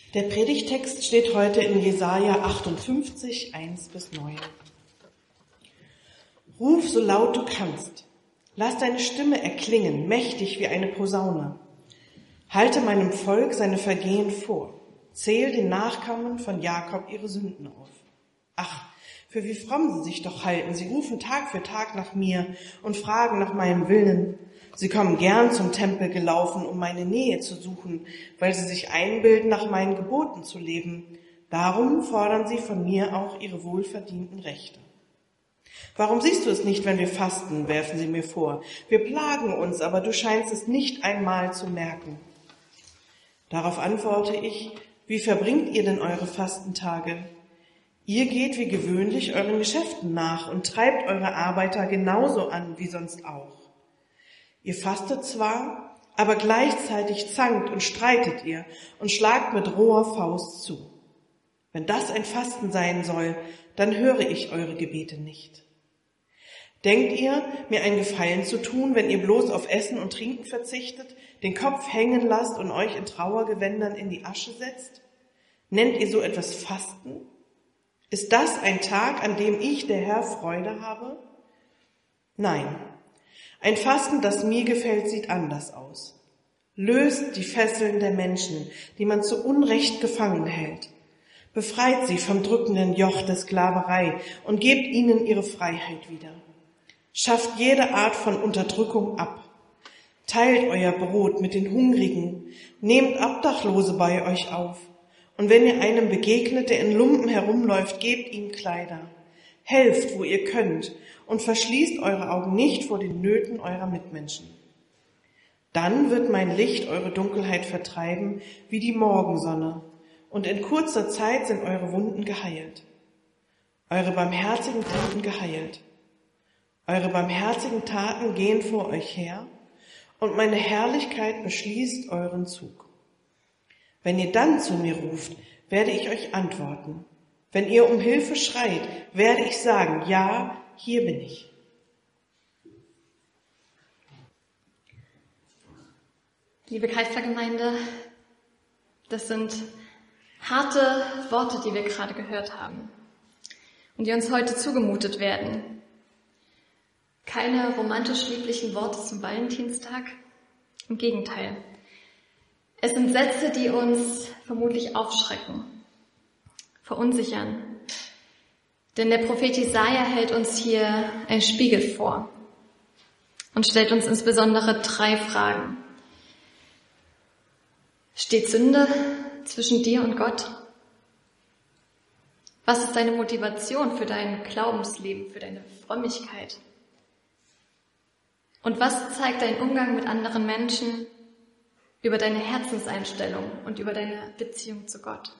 Der Predigtext steht heute in Jesaja 58, 1-9. Ruf so laut du kannst. Lass deine Stimme erklingen, mächtig wie eine Posaune. Halte meinem Volk seine Vergehen vor. Zähl den Nachkommen von Jakob ihre Sünden auf. Ach, für wie fromm sie sich doch halten. Sie rufen Tag für Tag nach mir und fragen nach meinem Willen. Sie kommen gern zum Tempel gelaufen, um meine Nähe zu suchen, weil sie sich einbilden, nach meinen Geboten zu leben. Darum fordern sie von mir auch ihre wohlverdienten Rechte. Warum siehst du es nicht, wenn wir fasten, werfen sie mir vor. Wir plagen uns, aber du scheinst es nicht einmal zu merken. Darauf antworte ich, wie verbringt ihr denn eure Fastentage? Ihr geht wie gewöhnlich euren Geschäften nach und treibt eure Arbeiter genauso an wie sonst auch. Ihr fastet zwar, aber gleichzeitig zankt und streitet ihr und schlagt mit roher Faust zu. Wenn das ein Fasten sein soll, dann höre ich eure Gebete nicht. Denkt ihr, mir einen Gefallen zu tun, wenn ihr bloß auf Essen und Trinken verzichtet, den Kopf hängen lasst und euch in Trauergewändern in die Asche setzt? Nennt ihr so etwas Fasten? Ist das ein Tag, an dem ich, der Herr, Freude habe? Nein, ein Fasten, das mir gefällt, sieht anders aus. Löst die Fesseln der Menschen, die man zu Unrecht gefangen hält. Befreit sie vom drückenden Joch der Sklaverei und gebt ihnen ihre Freiheit wieder. Schafft jede Art von Unterdrückung ab. Teilt euer Brot mit den Hungrigen, nehmt Obdachlose bei euch auf. Und wenn ihr einem begegnet, der in Lumpen herumläuft, gebt ihm Kleider. Helft, wo ihr könnt, und verschließt eure Augen nicht vor den Nöten eurer Mitmenschen. Dann wird mein Licht eure Dunkelheit vertreiben wie die Morgensonne, und in kurzer Zeit sind eure Wunden geheilt. Eure barmherzigen Taten geheilt. Eure barmherzigen Taten gehen vor euch her, und meine Herrlichkeit beschließt euren Zug. Wenn ihr dann zu mir ruft, werde ich euch antworten. Wenn ihr um Hilfe schreit, werde ich sagen, ja, hier bin ich. Liebe Kreislergemeinde, das sind harte Worte, die wir gerade gehört haben und die uns heute zugemutet werden. Keine romantisch-lieblichen Worte zum Valentinstag, im Gegenteil. Es sind Sätze, die uns vermutlich aufschrecken, verunsichern. Denn der Prophet Jesaja hält uns hier einen Spiegel vor und stellt uns insbesondere 3 Fragen. Steht Sünde zwischen dir und Gott? Was ist deine Motivation für dein Glaubensleben, für deine Frömmigkeit? Und was zeigt dein Umgang mit anderen Menschen über deine Herzenseinstellung und über deine Beziehung zu Gott?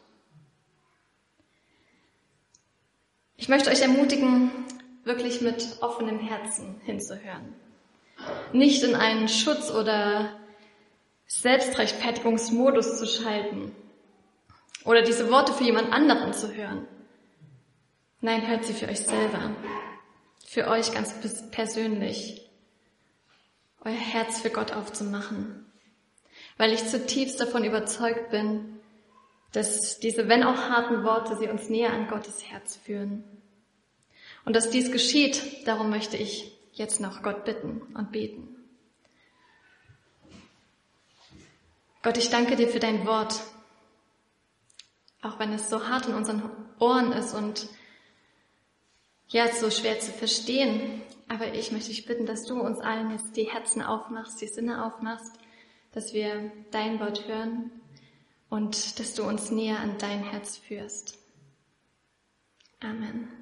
Ich möchte euch ermutigen, wirklich mit offenem Herzen hinzuhören. Nicht in einen Schutz- oder Selbstrechtfertigungsmodus zu schalten oder diese Worte für jemand anderen zu hören. Nein, hört sie für euch selber, für euch ganz persönlich, euer Herz für Gott aufzumachen. Weil ich zutiefst davon überzeugt bin, dass diese, wenn auch harten Worte, sie uns näher an Gottes Herz führen. Und dass dies geschieht, darum möchte ich jetzt noch Gott bitten und beten. Gott, ich danke dir für dein Wort, auch wenn es so hart in unseren Ohren ist und ja, so schwer zu verstehen. Aber ich möchte dich bitten, dass du uns allen jetzt die Herzen aufmachst, die Sinne aufmachst, dass wir dein Wort hören und dass du uns näher an dein Herz führst. Amen.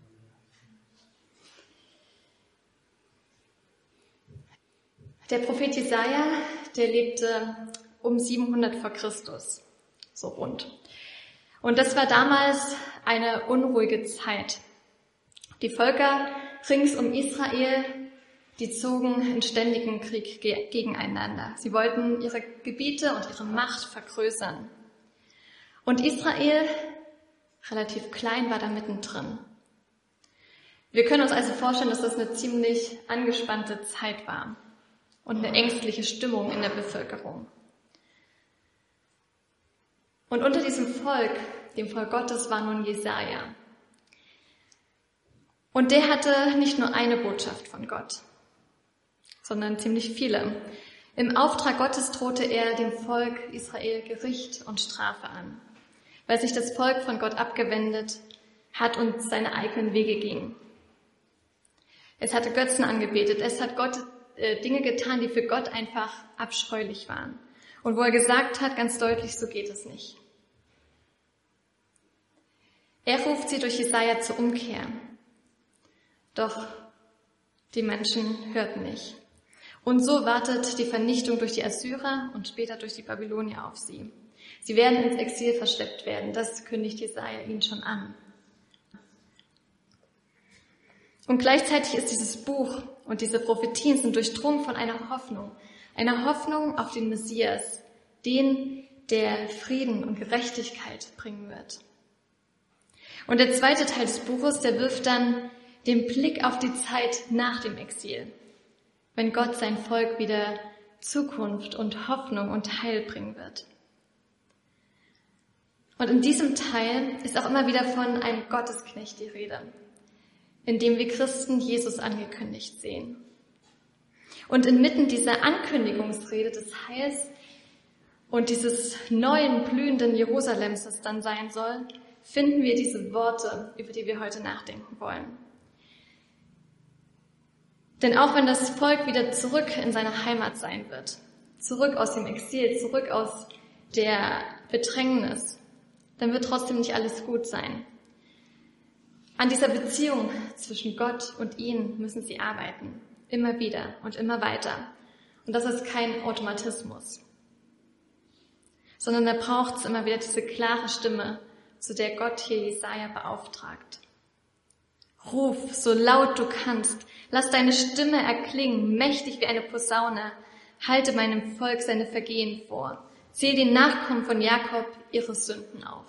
Der Prophet Jesaja, der lebte um 700 vor Christus, so rund. Und das war damals eine unruhige Zeit. Die Völker rings um Israel, die zogen in ständigen Krieg gegeneinander. Sie wollten ihre Gebiete und ihre Macht vergrößern. Und Israel, relativ klein, war da mittendrin. Wir können uns also vorstellen, dass das eine ziemlich angespannte Zeit war und eine ängstliche Stimmung in der Bevölkerung. Und unter diesem Volk, dem Volk Gottes, war nun Jesaja. Und der hatte nicht nur eine Botschaft von Gott, sondern ziemlich viele. Im Auftrag Gottes drohte er dem Volk Israel Gericht und Strafe an, weil sich das Volk von Gott abgewendet hat und seine eigenen Wege ging. Es hatte Götzen angebetet, es hat Gott Dinge getan, die für Gott einfach abscheulich waren. Und wo er gesagt hat, ganz deutlich, so geht es nicht. Er ruft sie durch Jesaja zur Umkehr. Doch die Menschen hörten nicht. Und so wartet die Vernichtung durch die Assyrer und später durch die Babylonier auf sie. Sie werden ins Exil verschleppt werden, das kündigt Jesaja ihnen schon an. Und gleichzeitig ist dieses Buch und diese Prophetien sind durchdrungen von einer Hoffnung auf den Messias, den, der Frieden und Gerechtigkeit bringen wird. Und der zweite Teil des Buches, der wirft dann den Blick auf die Zeit nach dem Exil, wenn Gott sein Volk wieder Zukunft und Hoffnung und Heil bringen wird. Und in diesem Teil ist auch immer wieder von einem Gottesknecht die Rede, in dem wir Christen Jesus angekündigt sehen. Und inmitten dieser Ankündigungsrede des Heils und dieses neuen, blühenden Jerusalems, das dann sein soll, finden wir diese Worte, über die wir heute nachdenken wollen. Denn auch wenn das Volk wieder zurück in seine Heimat sein wird, zurück aus dem Exil, zurück aus der Bedrängnis, dann wird trotzdem nicht alles gut sein. An dieser Beziehung zwischen Gott und ihnen müssen sie arbeiten, immer wieder und immer weiter. Und das ist kein Automatismus, sondern da braucht es immer wieder diese klare Stimme, zu der Gott hier Jesaja beauftragt. Ruf, so laut du kannst, lass deine Stimme erklingen, mächtig wie eine Posaune, halte meinem Volk seine Vergehen vor, zähl den Nachkommen von Jakob ihre Sünden auf.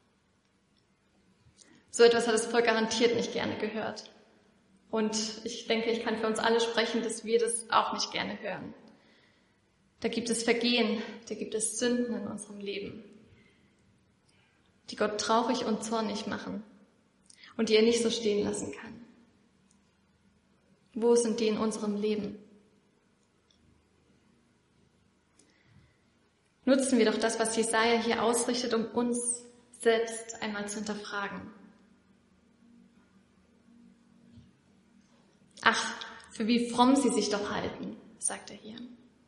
So etwas hat das Volk garantiert nicht gerne gehört. Und ich denke, ich kann für uns alle sprechen, dass wir das auch nicht gerne hören. Da gibt es Vergehen, da gibt es Sünden in unserem Leben, die Gott traurig und zornig machen und die er nicht so stehen lassen kann. Wo sind die in unserem Leben? Nutzen wir doch das, was Jesaja hier ausrichtet, um uns selbst einmal zu hinterfragen. Ach, für wie fromm sie sich doch halten, sagt er hier.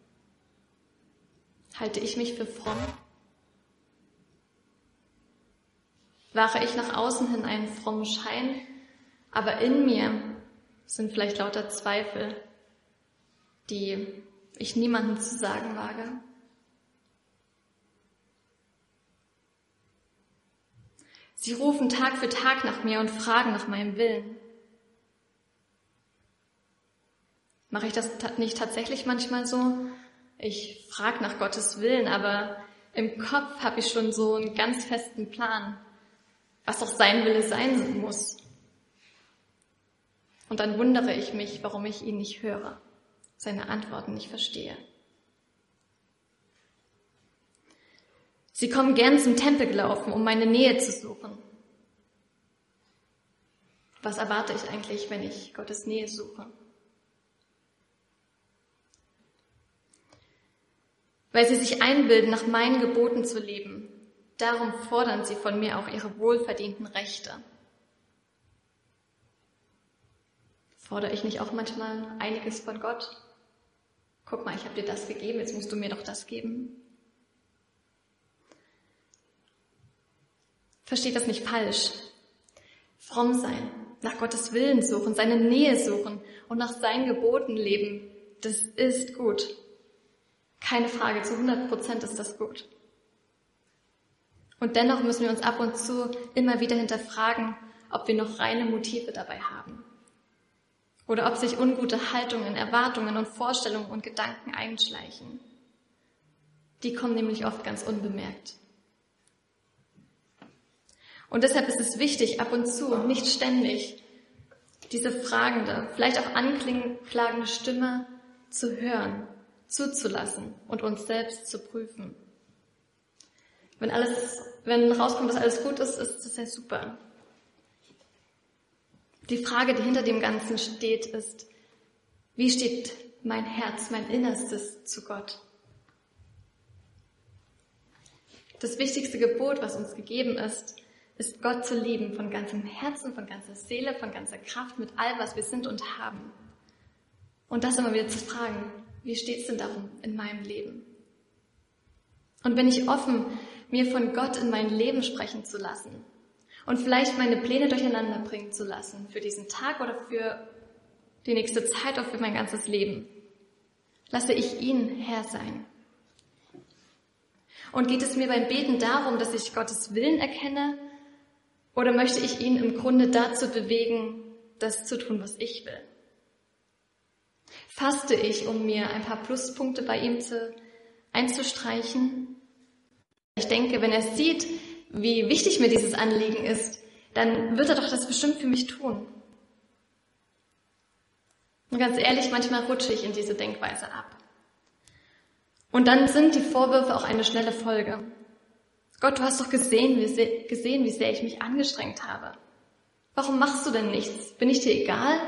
Halte ich mich für fromm? Wahre ich nach außen hin einen frommen Schein, aber in mir sind vielleicht lauter Zweifel, die ich niemandem zu sagen wage? Sie rufen Tag für Tag nach mir und fragen nach meinem Willen. Mache ich das nicht tatsächlich manchmal so? Ich frage nach Gottes Willen, aber im Kopf habe ich schon so einen ganz festen Plan, was doch sein Wille sein muss. Und dann wundere ich mich, warum ich ihn nicht höre, seine Antworten nicht verstehe. Sie kommen gern zum Tempel gelaufen, um meine Nähe zu suchen. Was erwarte ich eigentlich, wenn ich Gottes Nähe suche? Weil sie sich einbilden, nach meinen Geboten zu leben. Darum fordern sie von mir auch ihre wohlverdienten Rechte. Fordere ich nicht auch manchmal einiges von Gott? Guck mal, ich habe dir das gegeben, jetzt musst du mir doch das geben. Versteht das nicht falsch. Fromm sein, nach Gottes Willen suchen, seine Nähe suchen und nach seinen Geboten leben, das ist gut. Keine Frage, zu 100% ist das gut. Und dennoch müssen wir uns ab und zu immer wieder hinterfragen, ob wir noch reine Motive dabei haben. Oder ob sich ungute Haltungen, Erwartungen und Vorstellungen und Gedanken einschleichen. Die kommen nämlich oft ganz unbemerkt. Und deshalb ist es wichtig, ab und zu, nicht ständig, diese fragende, vielleicht auch anklagende Stimme zu hören, zuzulassen und uns selbst zu prüfen. Wenn rauskommt, dass alles gut ist, ist das ja super. Die Frage, die hinter dem Ganzen steht, ist, wie steht mein Herz, mein Innerstes zu Gott? Das wichtigste Gebot, was uns gegeben ist Gott zu lieben von ganzem Herzen, von ganzer Seele, von ganzer Kraft, mit allem, was wir sind und haben. Und das immer wieder zu fragen, wie steht es denn darum in meinem Leben? Und bin ich offen, mir von Gott in mein Leben sprechen zu lassen und vielleicht meine Pläne durcheinander bringen zu lassen für diesen Tag oder für die nächste Zeit oder für mein ganzes Leben? Lasse ich ihn Herr sein? Und geht es mir beim Beten darum, dass ich Gottes Willen erkenne, oder möchte ich ihn im Grunde dazu bewegen, das zu tun, was ich will? Faste ich, um mir ein paar Pluspunkte bei ihm einzustreichen? Ich denke, wenn er sieht, wie wichtig mir dieses Anliegen ist, dann wird er doch das bestimmt für mich tun. Und ganz ehrlich, manchmal rutsche ich in diese Denkweise ab. Und dann sind die Vorwürfe auch eine schnelle Folge. Gott, du hast doch gesehen, wie sehr ich mich angestrengt habe. Warum machst du denn nichts? Bin ich dir egal?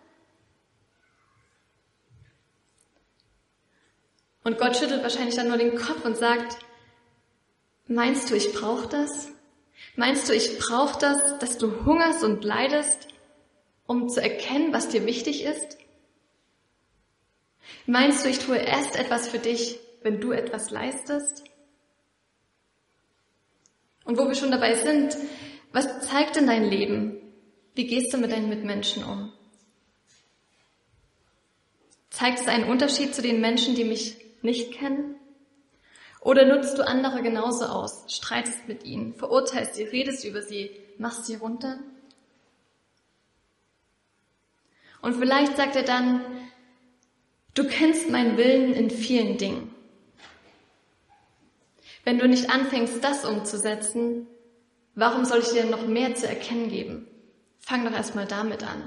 Und Gott schüttelt wahrscheinlich dann nur den Kopf und sagt, meinst du, ich brauche das? Meinst du, ich brauche das, dass du hungerst und leidest, um zu erkennen, was dir wichtig ist? Meinst du, ich tue erst etwas für dich, wenn du etwas leistest? Und wo wir schon dabei sind, was zeigt denn dein Leben? Wie gehst du mit deinen Mitmenschen um? Zeigt es einen Unterschied zu den Menschen, die mich nicht kennen? Oder nutzt du andere genauso aus, streitest mit ihnen, verurteilst sie, redest über sie, machst sie runter? Und vielleicht sagt er dann, du kennst meinen Willen in vielen Dingen. Wenn du nicht anfängst, das umzusetzen, warum soll ich dir noch mehr zu erkennen geben? Fang doch erstmal damit an.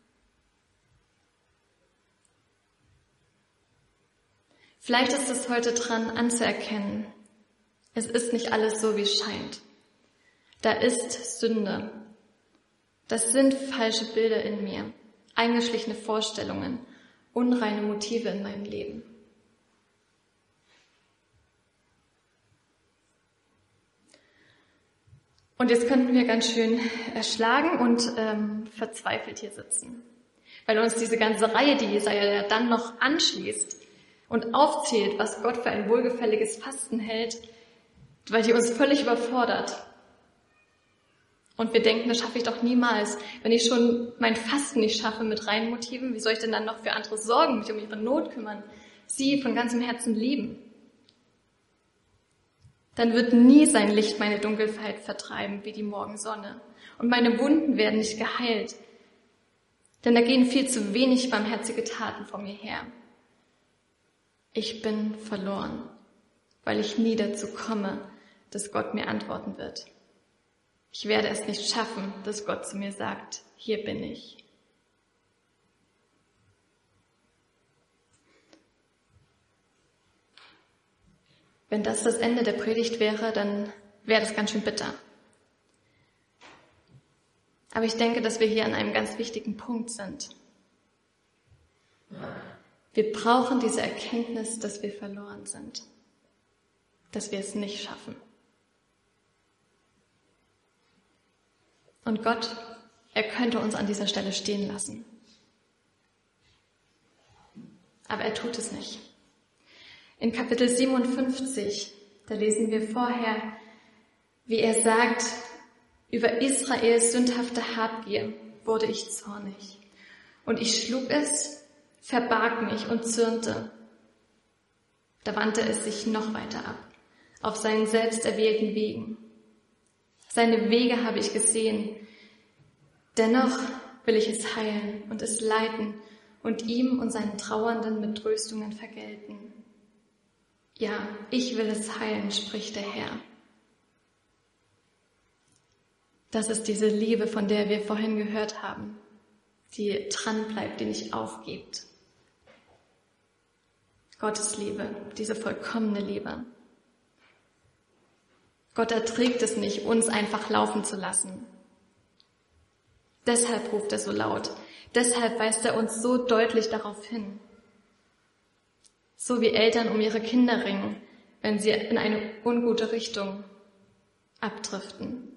Vielleicht ist es heute dran, anzuerkennen, es ist nicht alles so, wie es scheint. Da ist Sünde. Das sind falsche Bilder in mir, eingeschlichene Vorstellungen, unreine Motive in meinem Leben. Und jetzt könnten wir ganz schön erschlagen und verzweifelt hier sitzen, weil uns diese ganze Reihe, die Jesaja ja dann noch anschließt und aufzählt, was Gott für ein wohlgefälliges Fasten hält, weil die uns völlig überfordert. Und wir denken, das schaffe ich doch niemals. Wenn ich schon mein Fasten nicht schaffe mit reinen Motiven, wie soll ich denn dann noch für andere sorgen, mich um ihre Not kümmern, sie von ganzem Herzen lieben? Dann wird nie sein Licht meine Dunkelheit vertreiben wie die Morgensonne. Und meine Wunden werden nicht geheilt. Denn da gehen viel zu wenig barmherzige Taten vor mir her. Ich bin verloren, weil ich nie dazu komme, dass Gott mir antworten wird. Ich werde es nicht schaffen, dass Gott zu mir sagt, hier bin ich. Wenn das Ende der Predigt wäre, dann wäre das ganz schön bitter. Aber ich denke, dass wir hier an einem ganz wichtigen Punkt sind. Wir brauchen diese Erkenntnis, dass wir verloren sind, dass wir es nicht schaffen. Und Gott, er könnte uns an dieser Stelle stehen lassen. Aber er tut es nicht. In Kapitel 57, da lesen wir vorher, wie er sagt, über Israels sündhafte Habgier wurde ich zornig. Und ich schlug es, verbarg mich und zürnte. Da wandte es sich noch weiter ab, auf seinen selbst erwählten Wegen. Seine Wege habe ich gesehen. Dennoch will ich es heilen und es leiten und ihm und seinen Trauernden mit Tröstungen vergelten. Ja, ich will es heilen, spricht der Herr. Das ist diese Liebe, von der wir vorhin gehört haben, die dranbleibt, die nicht aufgibt. Gottes Liebe, diese vollkommene Liebe. Gott erträgt es nicht, uns einfach laufen zu lassen. Deshalb ruft er so laut. Deshalb weist er uns so deutlich darauf hin. So wie Eltern um ihre Kinder ringen, wenn sie in eine ungute Richtung abdriften.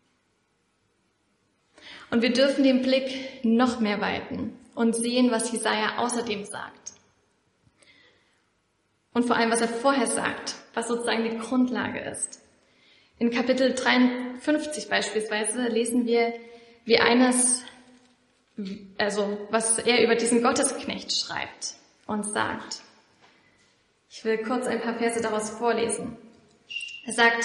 Und wir dürfen den Blick noch mehr weiten und sehen, was Jesaja außerdem sagt. Und vor allem, was er vorher sagt, was sozusagen die Grundlage ist. In Kapitel 53 beispielsweise lesen wir, was er über diesen Gottesknecht schreibt und sagt. Ich will kurz ein paar Verse daraus vorlesen. Er sagt,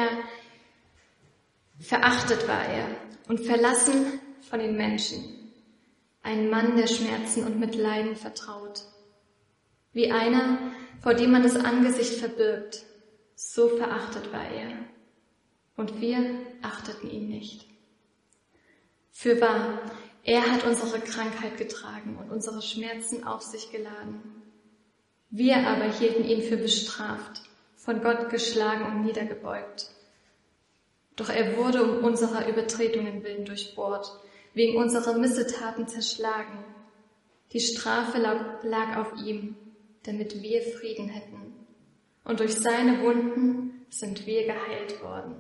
verachtet war er und verlassen von den Menschen, ein Mann, der Schmerzen und mit Leiden vertraut. Wie einer, vor dem man das Angesicht verbirgt, so verachtet war er. Und wir achteten ihn nicht. Fürwahr, er hat unsere Krankheit getragen und unsere Schmerzen auf sich geladen. Wir aber hielten ihn für bestraft, von Gott geschlagen und niedergebeugt. Doch er wurde um unserer Übertretungen willen durchbohrt, wegen unserer Missetaten zerschlagen. Die Strafe lag auf ihm, damit wir Frieden hätten. Und durch seine Wunden sind wir geheilt worden.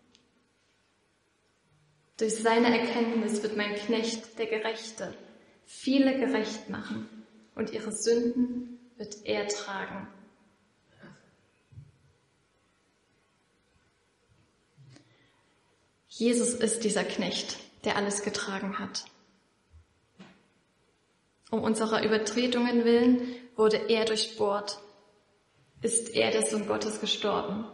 Durch seine Erkenntnis wird mein Knecht, der Gerechte, viele gerecht machen, und ihre Sünden wird er tragen. Jesus ist dieser Knecht, der alles getragen hat. Um unserer Übertretungen willen wurde er durchbohrt, ist er, der Sohn Gottes, gestorben.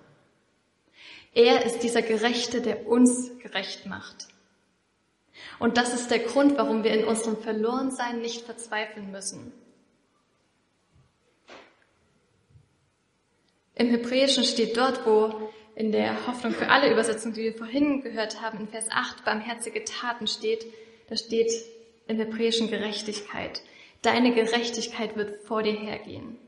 Er ist dieser Gerechte, der uns gerecht macht. Und das ist der Grund, warum wir in unserem Verlorensein nicht verzweifeln müssen. Im Hebräischen steht dort, wo in der Hoffnung für alle Übersetzung, die wir vorhin gehört haben, in Vers 8 barmherzige Taten steht, da steht im Hebräischen Gerechtigkeit. Deine Gerechtigkeit wird vor dir hergehen.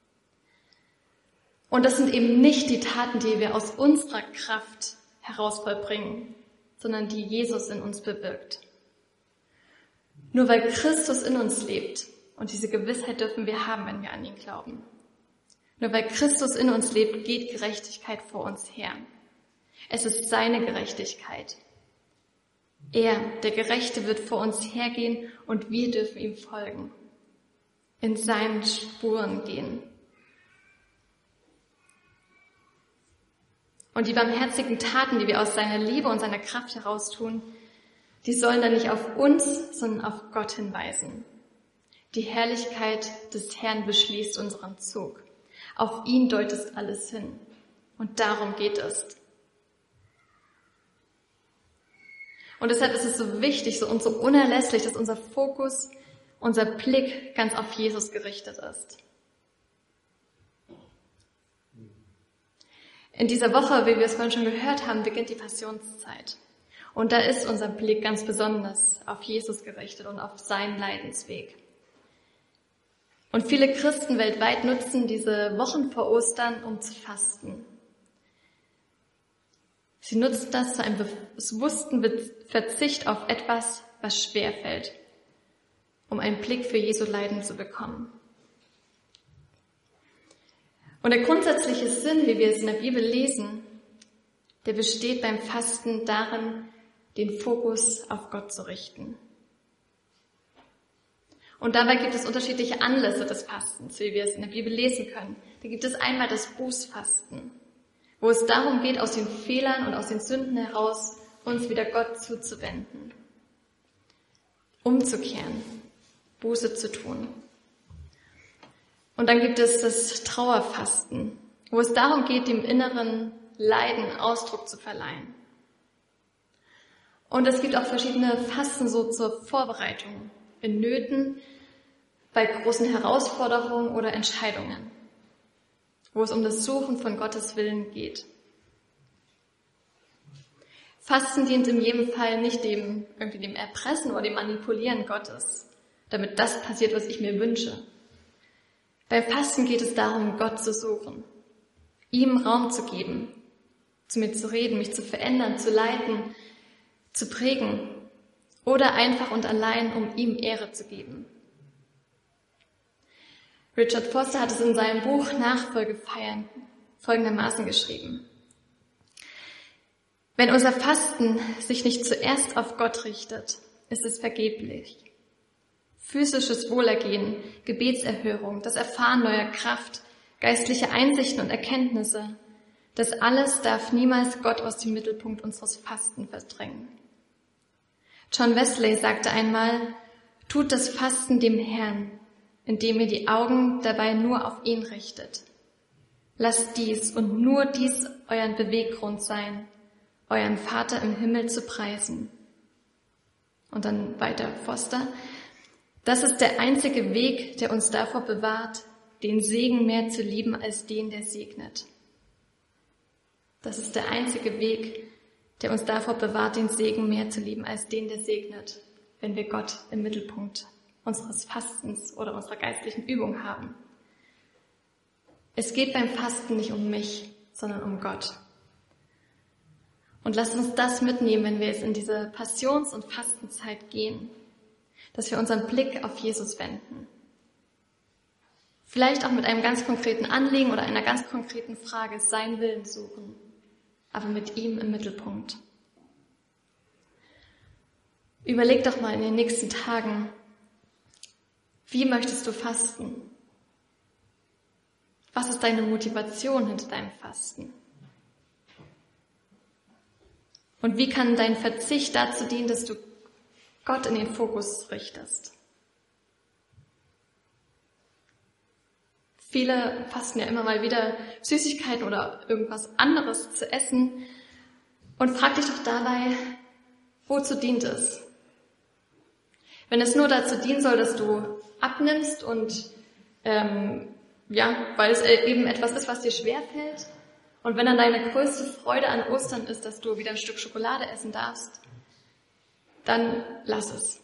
Und das sind eben nicht die Taten, die wir aus unserer Kraft heraus vollbringen, sondern die Jesus in uns bewirkt. Nur weil Christus in uns lebt, und diese Gewissheit dürfen wir haben, wenn wir an ihn glauben. Nur weil Christus in uns lebt, geht Gerechtigkeit vor uns her. Es ist seine Gerechtigkeit. Er, der Gerechte, wird vor uns hergehen und wir dürfen ihm folgen, in seinen Spuren gehen. Und die barmherzigen Taten, die wir aus seiner Liebe und seiner Kraft heraus tun, die sollen dann nicht auf uns, sondern auf Gott hinweisen. Die Herrlichkeit des Herrn beschließt unseren Zug. Auf ihn deutet alles hin. Und darum geht es. Und deshalb ist es so wichtig und so unerlässlich, dass unser Fokus, unser Blick ganz auf Jesus gerichtet ist. In dieser Woche, wie wir es vorhin schon gehört haben, beginnt die Passionszeit. Und da ist unser Blick ganz besonders auf Jesus gerichtet und auf seinen Leidensweg. Und viele Christen weltweit nutzen diese Wochen vor Ostern, um zu fasten. Sie nutzen das zu einem bewussten Verzicht auf etwas, was schwerfällt, um einen Blick für Jesu Leiden zu bekommen. Und der grundsätzliche Sinn, wie wir es in der Bibel lesen, der besteht beim Fasten darin, den Fokus auf Gott zu richten. Und dabei gibt es unterschiedliche Anlässe des Fastens, wie wir es in der Bibel lesen können. Da gibt es einmal das Bußfasten, wo es darum geht, aus den Fehlern und aus den Sünden heraus uns wieder Gott zuzuwenden, umzukehren, Buße zu tun. Und dann gibt es das Trauerfasten, wo es darum geht, dem inneren Leiden Ausdruck zu verleihen. Und es gibt auch verschiedene Fasten so zur Vorbereitung, in Nöten, bei großen Herausforderungen oder Entscheidungen, wo es um das Suchen von Gottes Willen geht. Fasten dient in jedem Fall nicht dem Erpressen oder dem Manipulieren Gottes, damit das passiert, was ich mir wünsche. Beim Fasten geht es darum, Gott zu suchen, ihm Raum zu geben, zu mir zu reden, mich zu verändern, zu leiten, zu prägen oder einfach und allein, um ihm Ehre zu geben. Richard Foster hat es in seinem Buch Nachfolge feiern folgendermaßen geschrieben: Wenn unser Fasten sich nicht zuerst auf Gott richtet, ist es vergeblich. Physisches Wohlergehen, Gebetserhörung, das Erfahren neuer Kraft, geistliche Einsichten und Erkenntnisse, das alles darf niemals Gott aus dem Mittelpunkt unseres Fasten verdrängen. John Wesley sagte einmal: Tut das Fasten dem Herrn, indem ihr die Augen dabei nur auf ihn richtet. Lasst dies und nur dies euren Beweggrund sein, euren Vater im Himmel zu preisen. Und dann weiter Foster: Das ist der einzige Weg, der uns davor bewahrt, den Segen mehr zu lieben als den, der segnet. Das ist der einzige Weg, der uns davor bewahrt, den Segen mehr zu lieben als den, der segnet, wenn wir Gott im Mittelpunkt unseres Fastens oder unserer geistlichen Übung haben. Es geht beim Fasten nicht um mich, sondern um Gott. Und lasst uns das mitnehmen, wenn wir jetzt in diese Passions- und Fastenzeit gehen, dass wir unseren Blick auf Jesus wenden. Vielleicht auch mit einem ganz konkreten Anliegen oder einer ganz konkreten Frage seinen Willen suchen, aber mit ihm im Mittelpunkt. Überleg doch mal in den nächsten Tagen, wie möchtest du fasten? Was ist deine Motivation hinter deinem Fasten? Und wie kann dein Verzicht dazu dienen, dass du Gott in den Fokus richtest? Viele fasten ja immer mal wieder Süßigkeiten oder irgendwas anderes zu essen. Und frag dich doch dabei, wozu dient es? Wenn es nur dazu dienen soll, dass du abnimmst und weil es eben etwas ist, was dir schwerfällt, und wenn dann deine größte Freude an Ostern ist, dass du wieder ein Stück Schokolade essen darfst, dann lass es.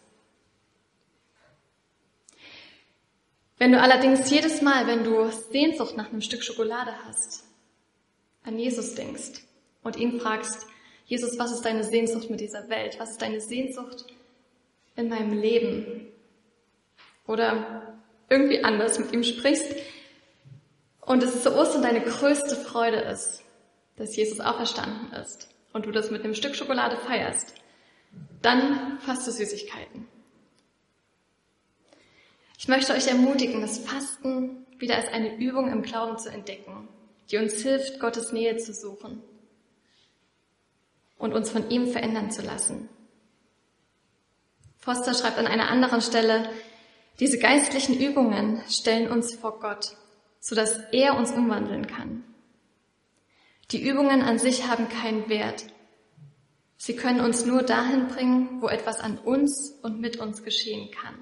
Wenn du allerdings jedes Mal, wenn du Sehnsucht nach einem Stück Schokolade hast, an Jesus denkst und ihn fragst: Jesus, was ist deine Sehnsucht mit dieser Welt? Was ist deine Sehnsucht in meinem Leben? Oder irgendwie anders mit ihm sprichst und es zu Ostern deine größte Freude ist, dass Jesus auferstanden ist und du das mit einem Stück Schokolade feierst, dann fasst du Süßigkeiten. Ich möchte euch ermutigen, das Fasten wieder als eine Übung im Glauben zu entdecken, die uns hilft, Gottes Nähe zu suchen und uns von ihm verändern zu lassen. Foster schreibt an einer anderen Stelle: Diese geistlichen Übungen stellen uns vor Gott, sodass er uns umwandeln kann. Die Übungen an sich haben keinen Wert. Sie können uns nur dahin bringen, wo etwas an uns und mit uns geschehen kann.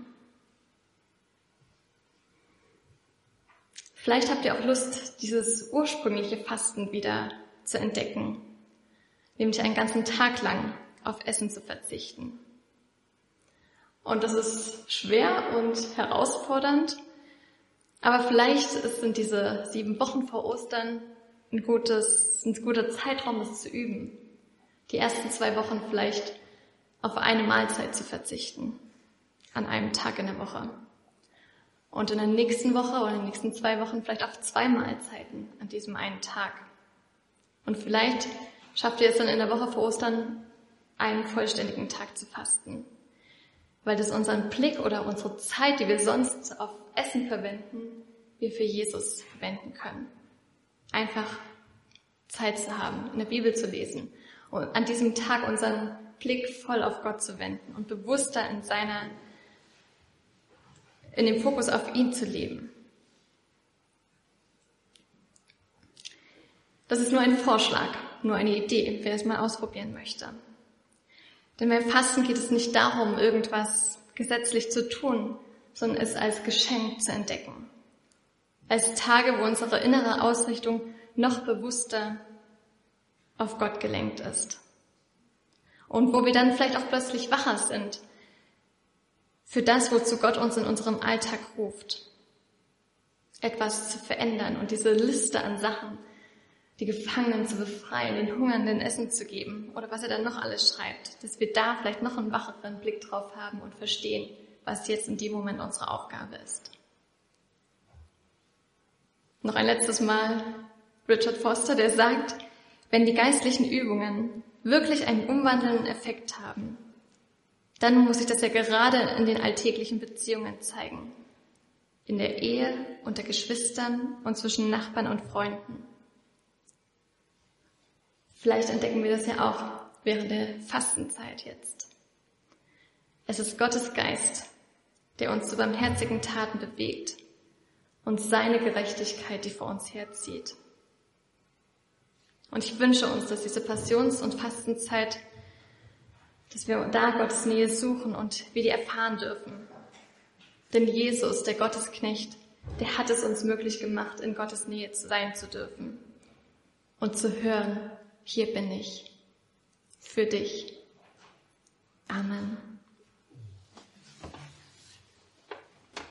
Vielleicht habt ihr auch Lust, dieses ursprüngliche Fasten wieder zu entdecken, nämlich einen ganzen Tag lang auf Essen zu verzichten. Und das ist schwer und herausfordernd, aber vielleicht sind diese 7 Wochen vor Ostern ein guter Zeitraum, das zu üben. Die ersten 2 Wochen vielleicht auf eine Mahlzeit zu verzichten, an einem Tag in der Woche. Und in der nächsten Woche oder in den nächsten 2 Wochen vielleicht auf 2 Mahlzeiten an diesem einen Tag. Und vielleicht schafft ihr es dann in der Woche vor Ostern, einen vollständigen Tag zu fasten. Weil das unseren Blick oder unsere Zeit, die wir sonst auf Essen verwenden, wir für Jesus verwenden können. Einfach Zeit zu haben, in der Bibel zu lesen und an diesem Tag unseren Blick voll auf Gott zu wenden und bewusster in dem Fokus auf ihn zu leben. Das ist nur ein Vorschlag, nur eine Idee, wer es mal ausprobieren möchte. Denn beim Fasten geht es nicht darum, irgendwas gesetzlich zu tun, sondern es als Geschenk zu entdecken. Als Tage, wo unsere innere Ausrichtung noch bewusster auf Gott gelenkt ist. Und wo wir dann vielleicht auch plötzlich wacher sind für das, wozu Gott uns in unserem Alltag ruft. Etwas zu verändern und diese Liste an Sachen die Gefangenen zu befreien, den Hungernden Essen zu geben oder was er dann noch alles schreibt, dass wir da vielleicht noch einen wacheren Blick drauf haben und verstehen, was jetzt in dem Moment unsere Aufgabe ist. Noch ein letztes Mal Richard Foster, der sagt, wenn die geistlichen Übungen wirklich einen umwandelnden Effekt haben, dann muss sich das ja gerade in den alltäglichen Beziehungen zeigen. In der Ehe, unter Geschwistern und zwischen Nachbarn und Freunden. Vielleicht entdecken wir das ja auch während der Fastenzeit jetzt. Es ist Gottes Geist, der uns zu barmherzigen Taten bewegt und seine Gerechtigkeit, die vor uns herzieht. Und ich wünsche uns, dass diese Passions- und Fastenzeit, dass wir da Gottes Nähe suchen und wir die erfahren dürfen. Denn Jesus, der Gottesknecht, der hat es uns möglich gemacht, in Gottes Nähe sein zu dürfen und zu hören, hier bin ich, für dich. Amen.